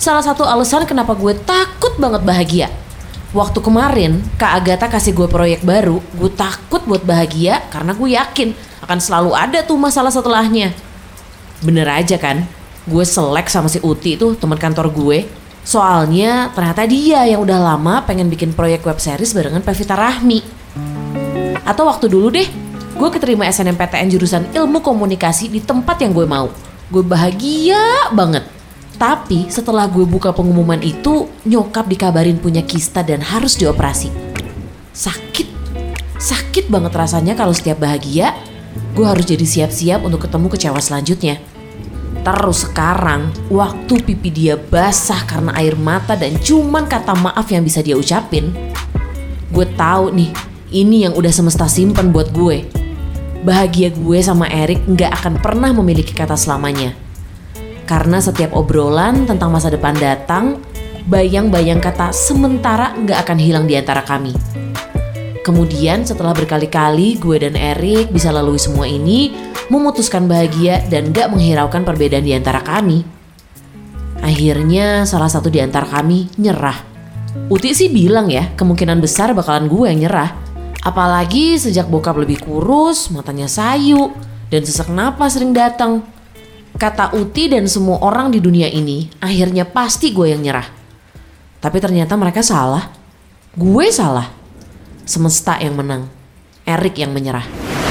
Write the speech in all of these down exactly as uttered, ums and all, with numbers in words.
salah satu alasan kenapa gue takut banget bahagia. Waktu kemarin Kak Agatha kasih gue proyek baru, gue takut buat bahagia karena gue yakin akan selalu ada tuh masalah setelahnya. Bener aja kan, gue selek sama si Uti tuh teman kantor gue. Soalnya ternyata dia yang udah lama pengen bikin proyek web series barengan Pevita Rahmi. Atau waktu dulu deh, gue keterima S N M P T N jurusan Ilmu Komunikasi di tempat yang gue mau. Gue bahagia banget. Tapi setelah gue buka pengumuman itu, nyokap dikabarin punya kista dan harus dioperasi. Sakit, sakit banget rasanya kalau setiap bahagia, gue harus jadi siap-siap untuk ketemu kecewa selanjutnya. Terus sekarang, waktu pipi dia basah karena air mata dan cuman kata maaf yang bisa dia ucapin, gue tahu nih, ini yang udah semesta simpen buat gue. Bahagia gue sama Erik gak akan pernah memiliki kata selamanya. Karena setiap obrolan tentang masa depan datang, bayang-bayang kata sementara gak akan hilang di antara kami. Kemudian setelah berkali-kali gue dan Erik bisa lalui semua ini, memutuskan bahagia dan gak menghiraukan perbedaan di antara kami. Akhirnya salah satu di antara kami nyerah. Uti sih bilang ya, kemungkinan besar bakalan gue yang nyerah. Apalagi sejak bokap lebih kurus, matanya sayu, dan sesak napas sering datang. Kata Uti dan semua orang di dunia ini, akhirnya pasti gue yang nyerah. Tapi ternyata mereka salah. Gue salah. Semesta yang menang. Erik yang menyerah.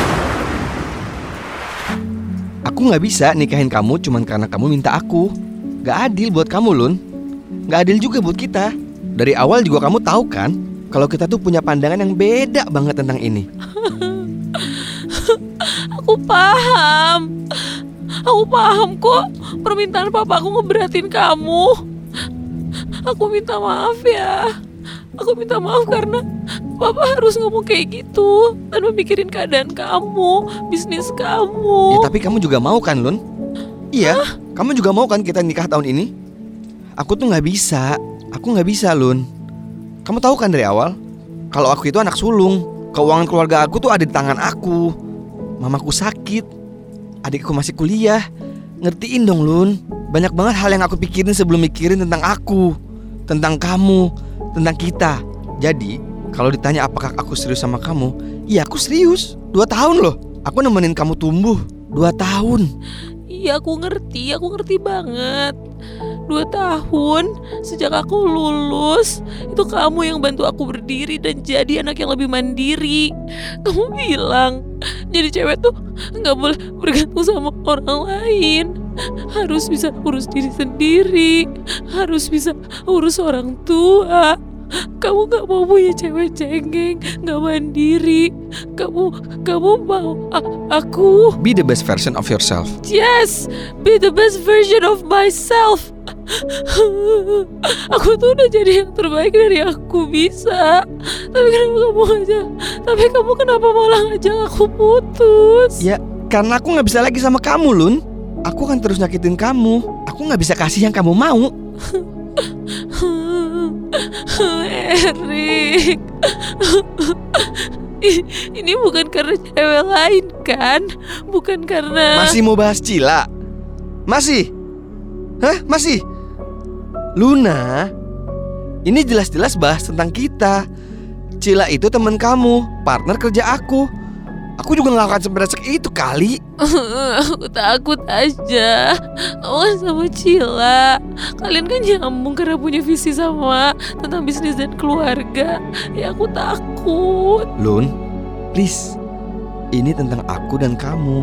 Aku gak bisa nikahin kamu cuman karena kamu minta aku. Gak adil buat kamu, Lun. Gak adil juga buat kita. Dari awal juga kamu tahu kan, kalau kita tuh punya pandangan yang beda banget tentang ini. Aku paham. Aku paham kok permintaan papa aku ngeberatin kamu. Aku minta maaf ya. Aku minta maaf karena papa harus ngomong kayak gitu tanpa mikirin keadaan kamu, bisnis kamu. Ya tapi kamu juga mau kan, Lun? Iya, Hah? Kamu juga mau kan kita nikah tahun ini? Aku tuh gak bisa. Aku gak bisa, Lun. Kamu tahu kan dari awal, kalau aku itu anak sulung. Keuangan keluarga aku tuh ada di tangan aku. Mamaku sakit, adikku masih kuliah. Ngertiin dong, Lun. Banyak banget hal yang aku pikirin sebelum mikirin tentang aku, tentang kamu, tentang kita. Jadi kalau ditanya apakah aku serius sama kamu, iya aku serius. Dua tahun loh, aku nemenin kamu tumbuh. Dua tahun. Iya aku ngerti, aku ngerti banget. Dua tahun sejak aku lulus, itu kamu yang bantu aku berdiri dan jadi anak yang lebih mandiri. Kamu bilang jadi cewek tuh gak boleh bergantung sama orang lain, harus bisa urus diri sendiri, harus bisa urus orang tua. Kamu gak mau punya cewek cengeng, gak mandiri. Kamu, kamu mau a- aku be the best version of yourself. Yes, be the best version of myself. Aku tuh udah jadi yang terbaik dari yang aku bisa. Tapi kenapa kamu ngajak? Tapi kamu kenapa malah ngajak aku putus? Ya karena aku gak bisa lagi sama kamu, Lun. Aku akan terus nyakitin kamu. Aku gak bisa kasih yang kamu mau. Erik, ini bukan karena cewek lain kan? Bukan karena... Masih mau bahas Cila? Masih? Hah? Masih? Luna, ini jelas-jelas bahas tentang kita. Cila itu teman kamu, partner kerja aku. Aku juga gak akan seberesek itu kali. Aku takut aja. Aku kan sama Cila. Kalian kan nyambung karena punya visi sama tentang bisnis dan keluarga. Ya aku takut. Lun, please. Ini tentang aku dan kamu.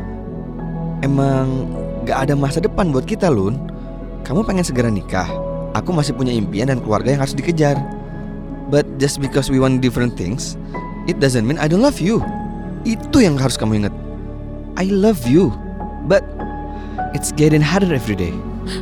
Emang gak ada masa depan buat kita, Lun. Kamu pengen segera nikah. Aku masih punya impian dan keluarga yang harus dikejar. But just because we want different things, it doesn't mean I don't love you. Itu yang harus kamu ingat. I love you, but it's getting harder every day.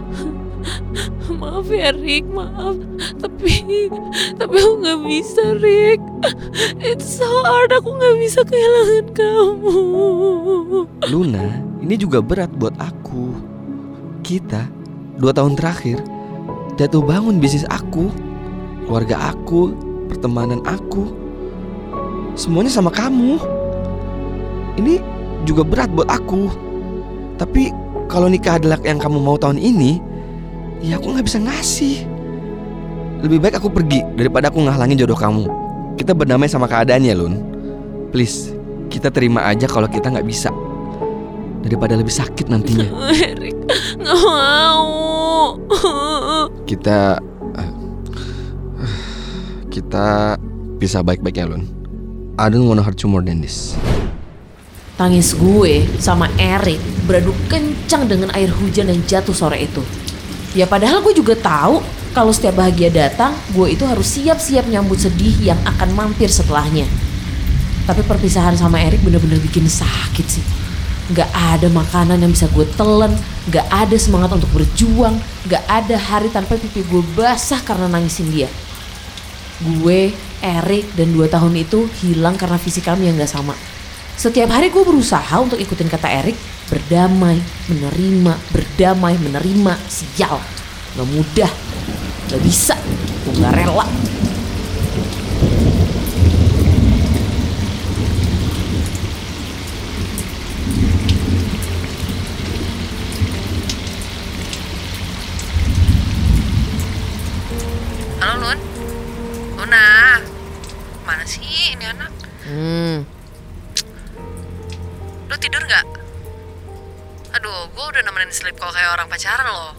Maaf ya Rick, maaf. Tapi Tapi aku gak bisa Rick. It's so hard, aku gak bisa kehilangan kamu. Luna, ini juga berat buat aku. Kita dua tahun terakhir jatuh bangun bisnis aku, keluarga aku, pertemanan aku, semuanya sama kamu. Ini juga berat buat aku. Tapi kalau nikah adalah yang kamu mau tahun ini, ya aku gak bisa ngasih. Lebih baik aku pergi daripada aku ngehalangin jodoh kamu. Kita berdamai sama keadaannya, Lun. Please, kita terima aja kalau kita gak bisa, daripada lebih sakit nantinya. Erik, gak mau. Kita uh, Kita bisa baik-baik ya, Lun. I don't wanna hurt you more than this. Tangis gue sama Erik beradu kencang dengan air hujan yang jatuh sore itu. Ya padahal gue juga tahu kalau setiap bahagia datang, gue itu harus siap-siap nyambut sedih yang akan mampir setelahnya. Tapi perpisahan sama Erik bener-bener bikin sakit sih. Gak ada makanan yang bisa gue telan, gak ada semangat untuk berjuang, gak ada hari tanpa pipi gue basah karena nangisin dia. Gue, Erik, dan dua tahun itu hilang karena visi kami yang gak sama. Setiap hari gue berusaha untuk ikutin kata Erik, berdamai, menerima, berdamai, menerima. Sial, gak mudah, gak bisa, gue gak rela. Halo Lun, Luna, mana sih ini anak? Hmm, Lu tidur gak? Aduh, gue udah nemenin sleep call kayak orang pacaran loh.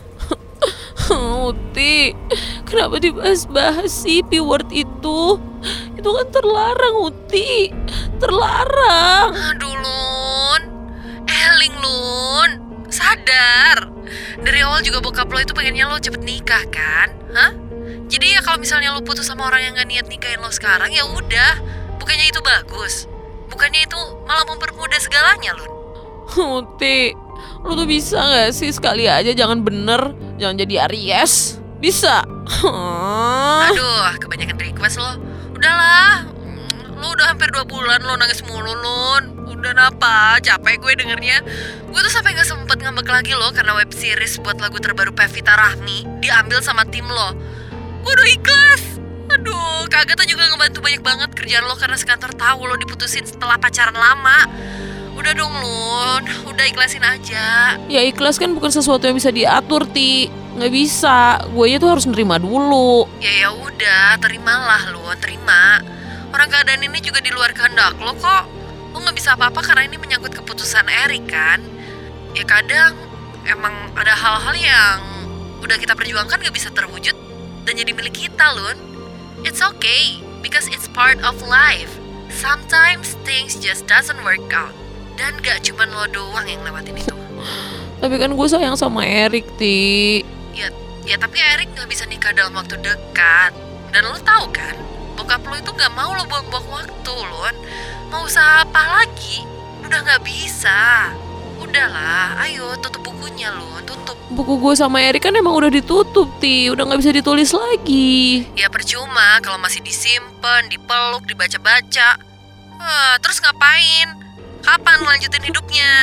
Uti, kenapa dibahas-bahas sih P-word itu? Itu kan terlarang, Uti. Terlarang. Aduh Lun, Eling Lun, sadar. Dari awal juga bokap lo itu pengennya lo cepet nikah kan? Hah? Jadi ya kalau misalnya lo putus sama orang yang gak niat nikahin lo sekarang, ya udah. Bukannya itu bagus? Bukannya itu malah mempermudah segalanya, Lun? Uti, lu tuh bisa gak sih sekali aja jangan bener, jangan jadi Aries? Bisa? Aduh, kebanyakan request lo. Udahlah, lo udah hampir dua bulan lo nangis mulu, Lun. Udah napa, capek gue dengernya. Gue tuh sampai gak sempet ngambek lagi lo karena web series buat lagu terbaru Pevita Rahmi diambil sama tim lo. Gue udah ikhlas. Aduh, Kak Agatha juga ngebantu banyak banget kerjaan lo karena sekantor tahu lo diputusin setelah pacaran lama. Udah dong Lun, udah ikhlasin aja. Ya ikhlas kan bukan sesuatu yang bisa diatur, Ti. Nggak bisa, gue aja tuh harus nerima dulu. Ya ya udah, terimalah Lun, terima. Orang keadaan ini juga di luar kehendak lo kok. Lo nggak bisa apa-apa karena ini menyangkut keputusan Erik kan. Ya kadang emang ada hal-hal yang udah kita perjuangkan gak bisa terwujud dan jadi milik kita, Lun. It's okay, because it's part of life. Sometimes things just doesn't work out. Dan gak cuma lo doang yang lewatin itu. Tapi kan gue sayang sama Erik, Ti. Ya, ya tapi Erik gak bisa nikah dalam waktu dekat. Dan lo tahu kan, bokap lo itu gak mau lo buang-buang waktu, Lun. Mau usaha apa lagi? Udah gak bisa. Udahlah, ayo tutup bukunya, Lun, tutup. Buku gue sama Erik kan emang udah ditutup, Ti. Udah gak bisa ditulis lagi. Ya percuma kalau masih disimpan, dipeluk, dibaca-baca. Wah, terus ngapain? Kapan lanjutin hidupnya?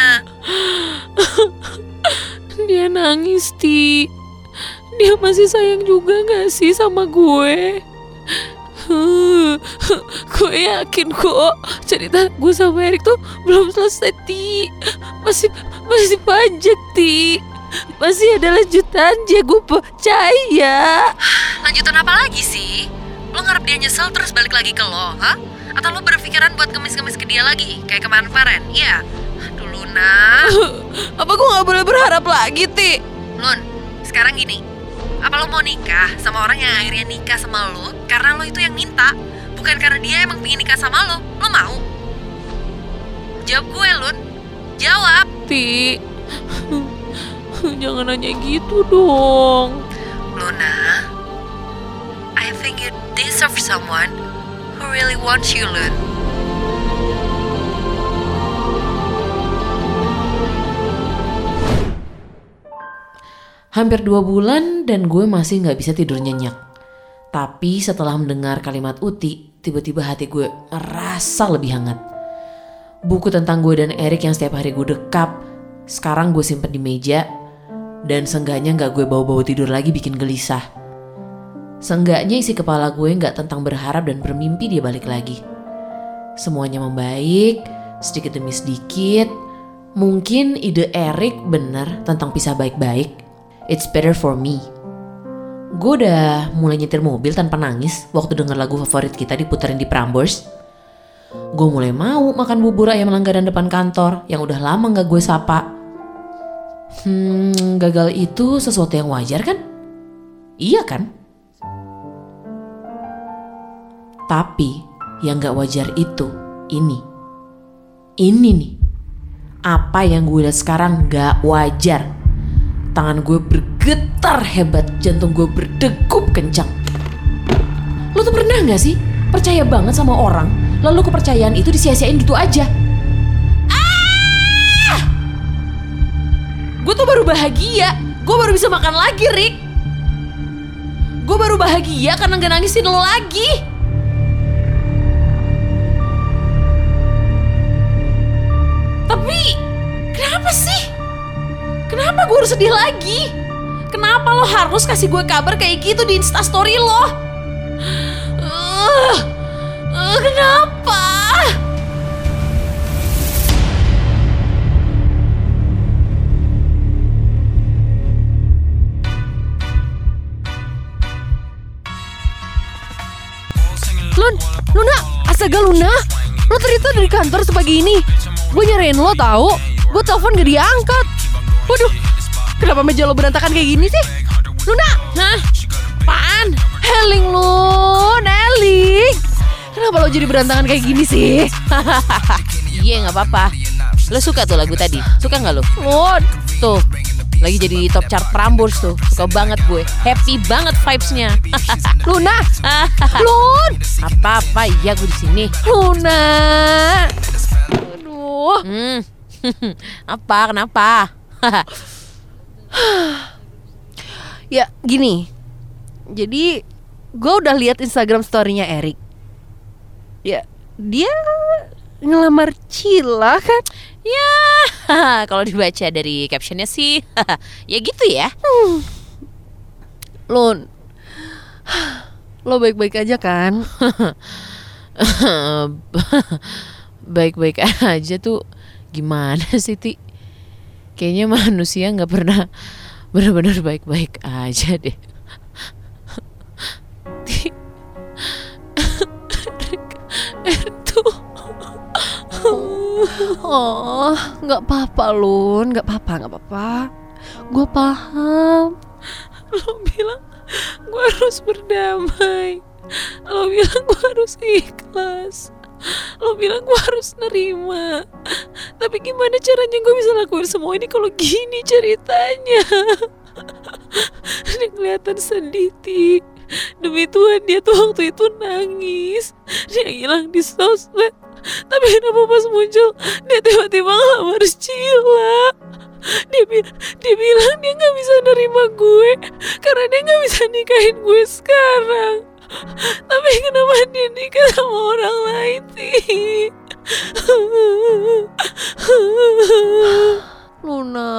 Dia nangis, Ti. Dia masih sayang juga gak sih sama gue? Gue yakin kok cerita gue sama Erik tuh belum selesai, Ti. Masih masih panjang, Ti. Masih ada lanjutannya, gue percaya. Lanjutan apa lagi sih? Lo ngarep dia nyesel terus balik lagi ke lo, ha? Atau lo berpikiran buat ngemis-ngemis ke dia lagi kayak kemarin-kemarin? Iya. Aduh Luna. Apa gue gak boleh berharap lagi, Ti? Lun, sekarang gini. Apa lo mau nikah sama orang yang akhirnya nikah sama lo karena lo itu yang minta, bukan karena dia emang pengen nikah sama lo? Lo mau? Jawab gue, Lun. Jawab. Ti, jangan nanya gitu dong. Luna, I think you deserve someone who really wants you, Lun. hampir dua bulan dan gue masih gak bisa tidur nyenyak. Tapi setelah mendengar kalimat Uti, tiba-tiba hati gue ngerasa lebih hangat. Buku tentang gue dan Erik yang setiap hari gue dekap, sekarang gue simpen di meja. Dan seenggaknya gak gue bawa-bawa tidur lagi bikin gelisah. Seenggaknya isi kepala gue gak tentang berharap dan bermimpi dia balik lagi. Semuanya membaik, sedikit demi sedikit. Mungkin ide Erik benar tentang pisah baik-baik. It's better for me. gue udah mulai nyetir mobil tanpa nangis waktu denger lagu favorit kita diputerin di Prambors. Gue mulai mau makan bubur ayam langganan depan kantor yang udah lama gak gue sapa. Hmm, gagal itu sesuatu yang wajar kan? Iya kan? Tapi yang gak wajar itu ini. Ini nih. Apa yang gue lihat sekarang gak wajar. Tangan gue bergetar hebat, jantung gue berdegup kencang. Lo tuh pernah gak sih percaya banget sama orang, lalu kepercayaan itu disia-siain gitu aja? Ah! Gue tuh baru bahagia, gue baru bisa makan lagi, Rick. Gue baru bahagia karena gak nangisin lo lagi. Tapi kenapa sih? Kenapa gue harus sedih lagi? Kenapa lo harus kasih gue kabar kayak gitu di Instastory lo? Uh, uh, kenapa? Lun, Luna, astaga Luna, lo ternyata dari kantor sepagi ini. Gue nyariin lo tahu, gue telepon gak diangkat. Waduh, kenapa meja lo berantakan kayak gini sih? Luna, hah? Apaan? Heling Lun, Eling. Kenapa lo jadi berantakan kayak gini sih? Iya gak apa-apa. Lo suka tuh lagu tadi? Suka gak lo? Lun, Tuh, lagi jadi top chart Prambors tuh. Suka banget gue. Happy banget vibes-nya. Luna, Lun. Apa-apa, iya gue di sini. Luna. Aduh. Hmm. Apa? Kenapa? Ya gini, jadi gue udah lihat Instagram story-nya Erik. Ya dia ngelamar Cila kan? Ya, kalau dibaca dari captionnya sih, ya gitu ya. Hmm. Lun, lo baik-baik aja kan? Baik-baik aja tuh gimana sih, Ti? Kayaknya manusia gak pernah benar-benar baik-baik aja deh. Ti, itu. Oh, gak apa-apa Lun, gak apa-apa, gak apa-apa. Gue paham. Lo bilang gue harus berdamai. Lo bilang gue harus ikhlas. Lo bilang gue harus nerima. Tapi gimana caranya gue bisa lakuin semua ini kalau gini ceritanya? Dia kelihatan sedih, Ti. Demi Tuhan dia tuh waktu itu nangis. Dia hilang di sosmed. Tapi kenapa pas muncul dia tiba-tiba ngelamar Cila? Dia, dia bilang dia gak bisa nerima gue karena dia gak bisa nikahin gue sekarang. Tapi kenapa dia nikah sama orang lain sih? Luna.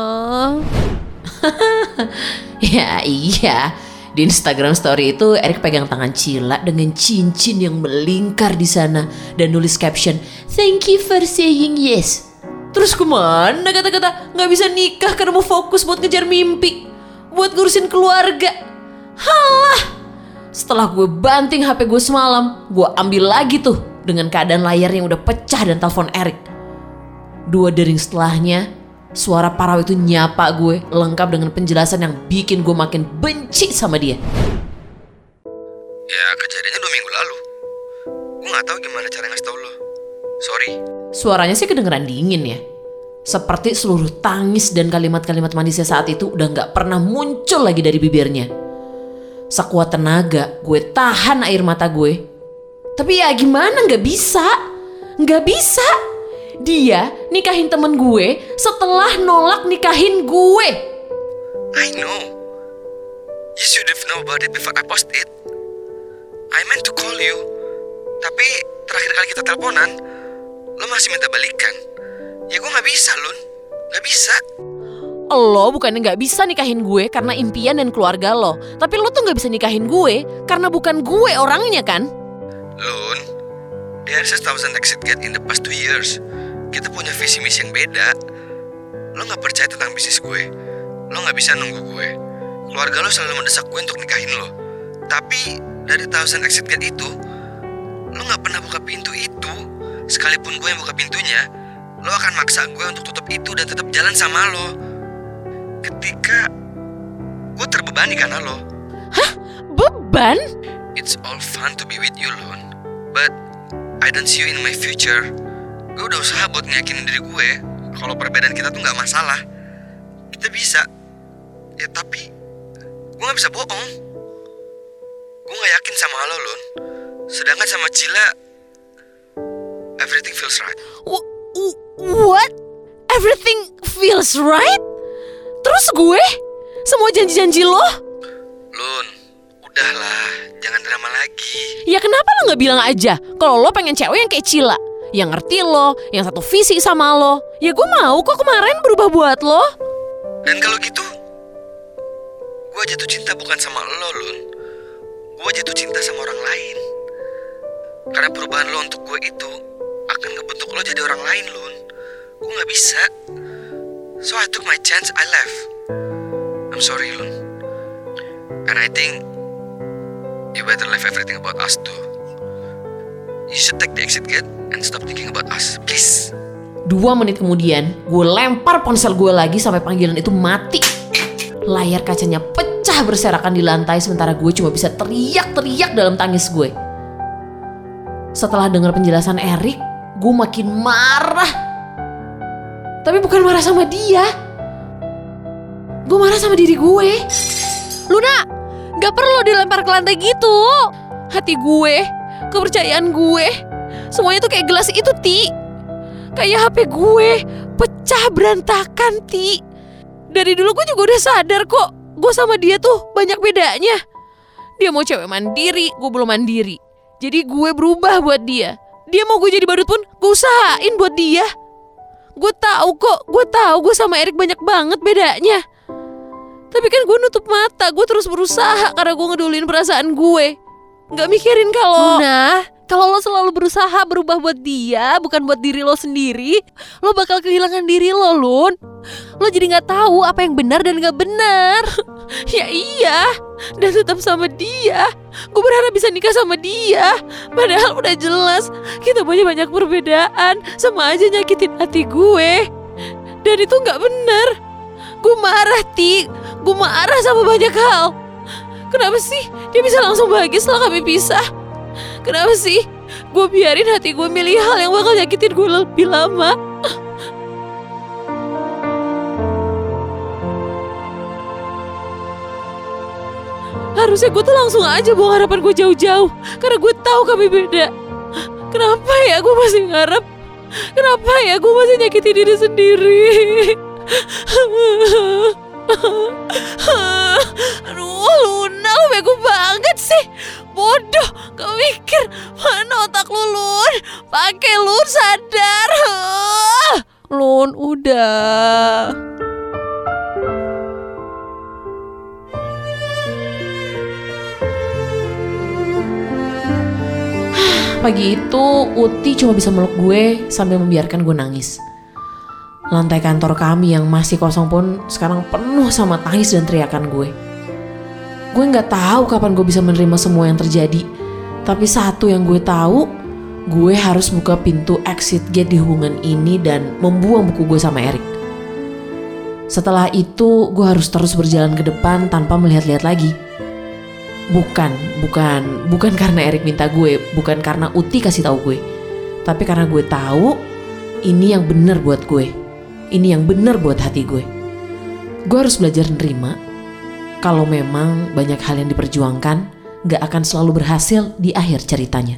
Ya iya, di Instagram story itu Erik pegang tangan Cila dengan cincin yang melingkar di sana dan nulis caption, "Thank you for saying yes." Terus kemana kata-kata nggak bisa nikah karena mau fokus buat ngejar mimpi, buat ngurusin keluarga. Halah. Setelah gue banting H P gue semalam, gue ambil lagi tuh dengan keadaan layar yang udah pecah dan telepon Erik. Dua dering setelahnya, suara Parau itu nyapa gue lengkap dengan penjelasan yang bikin gue makin benci sama dia. Ya kejadiannya dua minggu lalu. Gue gak tahu gimana cara ngasih tau lo. Sorry. Suaranya sih kedengeran dingin ya. Seperti seluruh tangis dan kalimat-kalimat manisnya saat itu udah gak pernah muncul lagi dari bibirnya. Sekuat tenaga gue tahan air mata gue. Tapi ya gimana, gak bisa. Gak bisa. Dia nikahin temen gue setelah nolak nikahin gue. I know. You should have known about it before I post it. I meant to call you. Tapi terakhir kali kita teleponan, lo masih minta balikan. Ya gue gak bisa, Lun. Gak bisa. Lo bukannya gak bisa nikahin gue karena impian dan keluarga lo. Tapi lo tuh gak bisa nikahin gue karena bukan gue orangnya kan? Lun, there's a thousand exit gate in the past two years. Kita punya visi misi yang beda. Lo gak percaya tentang bisnis gue. Lo gak bisa nunggu gue. keluarga lo selalu mendesak gue untuk nikahin lo. Tapi dari Thousand Exit Gate itu, lo gak pernah buka pintu itu. Sekalipun gue yang buka pintunya, lo akan maksa gue untuk tutup itu dan tetap jalan sama lo. Ketika gue terbebani karena lo. Hah? Beban? It's all fun to be with you, Lun. But I don't see you in my future. Gue udah usaha buat ngeyakinin diri gue kalau perbedaan kita tuh gak masalah. Kita bisa. Ya tapi gue gak bisa bohong. Gue gak yakin sama lo, Lun. Sedangkan sama Cila, everything feels right. W- w- what? Everything feels right? Terus gue? Semua janji-janji lo? Lun, udahlah, jangan drama lagi. Ya kenapa lo gak bilang aja kalau lo pengen cewek yang kayak Cila, yang ngerti lo, yang satu visi sama lo. Ya gue mau kok kemarin berubah buat lo. Dan kalau gitu, gue jatuh cinta bukan sama lo, Lun. Gue jatuh cinta sama orang lain. Karena perubahan lo untuk gue itu akan ngebentuk lo jadi orang lain, Lun. Gue gak bisa. So I took my chance, I left. I'm sorry, Lun. And I think you better leave everything about us too. You should take the exit gate and stop thinking about us, please. Dua menit kemudian, gue lempar ponsel gue lagi sampai panggilan itu mati. Layar kacanya pecah berserakan di lantai sementara gue cuma bisa teriak-teriak dalam tangis gue. Setelah dengar penjelasan Erik, gue makin marah. Tapi bukan marah sama dia. Gue marah sama diri gue. Luna, gak perlu dilempar ke lantai gitu. Hati gue, kepercayaan gue, semuanya tuh kayak gelas itu, Ti. Kayak H P gue pecah berantakan, Ti. Dari dulu gue juga udah sadar kok, gue sama dia tuh banyak bedanya. Dia mau cewek mandiri, gue belum mandiri. Jadi gue berubah buat dia. Dia mau gue jadi badut pun, gue usahain buat dia. Gue tahu kok, gue tahu gue sama Erik banyak banget bedanya. Tapi kan gue nutup mata, gue terus berusaha karena gue ngedulin perasaan gue. Gak mikirin kalau Nah, kalau lo selalu berusaha berubah buat dia, bukan buat diri lo sendiri, lo bakal kehilangan diri lo, Lun. Lo jadi gak tahu apa yang benar dan gak benar. ya iya, dan tetap sama dia. Gue berharap bisa nikah sama dia. Padahal udah jelas kita punya banyak perbedaan, sama aja nyakitin hati gue. Dan itu gak benar. Gue marah, Ti. Gue marah sama banyak hal. Kenapa sih dia bisa langsung bahagia setelah kami pisah? Kenapa sih gue biarin hati gue milih hal yang bakal nyakitin gue lebih lama? Harusnya gue tuh langsung aja buang harapan gue jauh-jauh, karena gue tahu kami beda. Kenapa ya gue masih ngarep? Kenapa ya gue masih nyakitin diri sendiri? Aduh, Luna, lu bego banget sih. Bodoh, gak mikir. Mana otak lu, Lun? Pakai, Lun, sadar. Lun, udah. Pagi itu, Uti cuma bisa meluk gue sambil membiarkan gue nangis. Lantai kantor kami yang masih kosong pun sekarang penuh sama tangis dan teriakan gue. Gue gak tahu kapan gue bisa menerima semua yang terjadi. Tapi satu yang gue tahu, gue harus buka pintu exit gate di hubungan ini dan membuang buku gue sama Erik. Setelah itu, gue harus terus berjalan ke depan tanpa melihat-lihat lagi. Bukan, bukan, bukan karena Erik minta gue, bukan karena Uti kasih tahu gue. Tapi karena gue tahu ini yang benar buat gue. Ini yang benar buat hati gue. Gue harus belajar nerima kalau memang banyak hal yang diperjuangkan gak akan selalu berhasil di akhir ceritanya.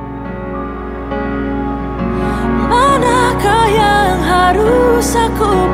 Manakah yang harus aku